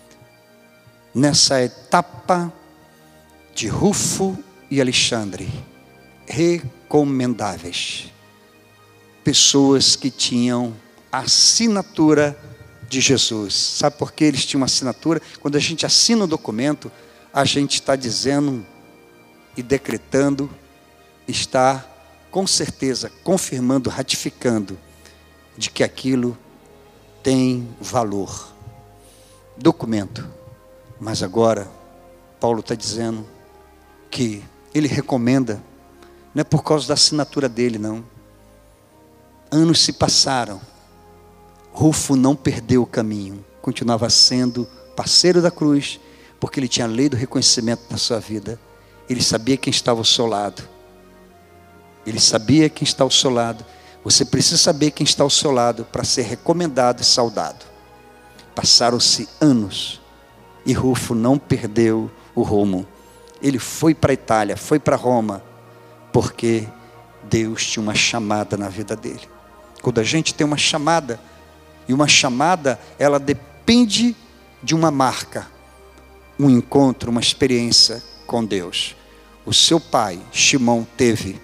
nessa etapa de Rufo e Alexandre, recomendáveis, pessoas que tinham a assinatura de Jesus. Sabe por que eles tinham uma assinatura? Quando a gente assina o documento, a gente está dizendo e decretando, está com certeza confirmando, ratificando de que aquilo tem valor. Documento. Mas agora, Paulo está dizendo que ele recomenda, não é por causa da assinatura dele, não. Anos se passaram, Rufo não perdeu o caminho, continuava sendo parceiro da cruz, porque ele tinha a lei do reconhecimento na sua vida. Ele sabia quem estava ao seu lado. Ele sabia quem está ao seu lado. Você precisa saber quem está ao seu lado para ser recomendado e saudado. Passaram-se anos e Rufo não perdeu o rumo. Ele foi para a Itália, foi para Roma, porque Deus tinha uma chamada na vida dele. Quando a gente tem uma chamada, e uma chamada, ela depende de uma marca, um encontro, uma experiência com Deus. O seu pai, Shimon, teve.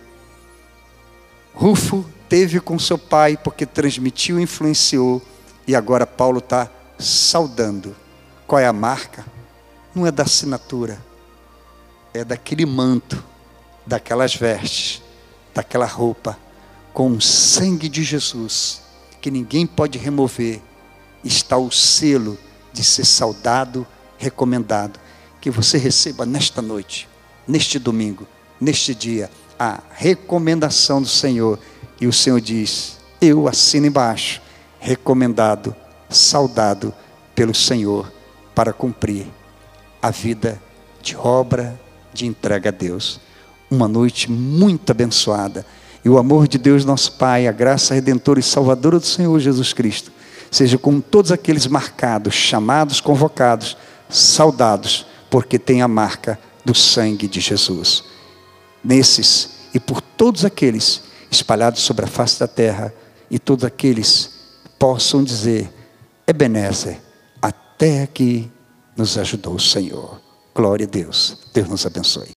Rufo teve com seu pai, porque transmitiu, influenciou, e agora Paulo está saudando. Qual é a marca? Não é da assinatura, é daquele manto, daquelas vestes, daquela roupa, com o sangue de Jesus, que ninguém pode remover. Está o selo de ser saudado, recomendado. Que você receba nesta noite, neste domingo, neste dia, a recomendação do Senhor. E o Senhor diz: eu assino embaixo, recomendado, saudado pelo Senhor, para cumprir a vida de obra, de entrega a Deus. Uma noite muito abençoada. E o amor de Deus nosso Pai, a graça redentora e salvadora do Senhor Jesus Cristo, seja com todos aqueles marcados, chamados, convocados, saudados, porque tem a marca do sangue de Jesus. Nesses e por todos aqueles espalhados sobre a face da terra, e todos aqueles possam dizer: Ebenezer, até aqui nos ajudou o Senhor. Glória a Deus. Deus nos abençoe.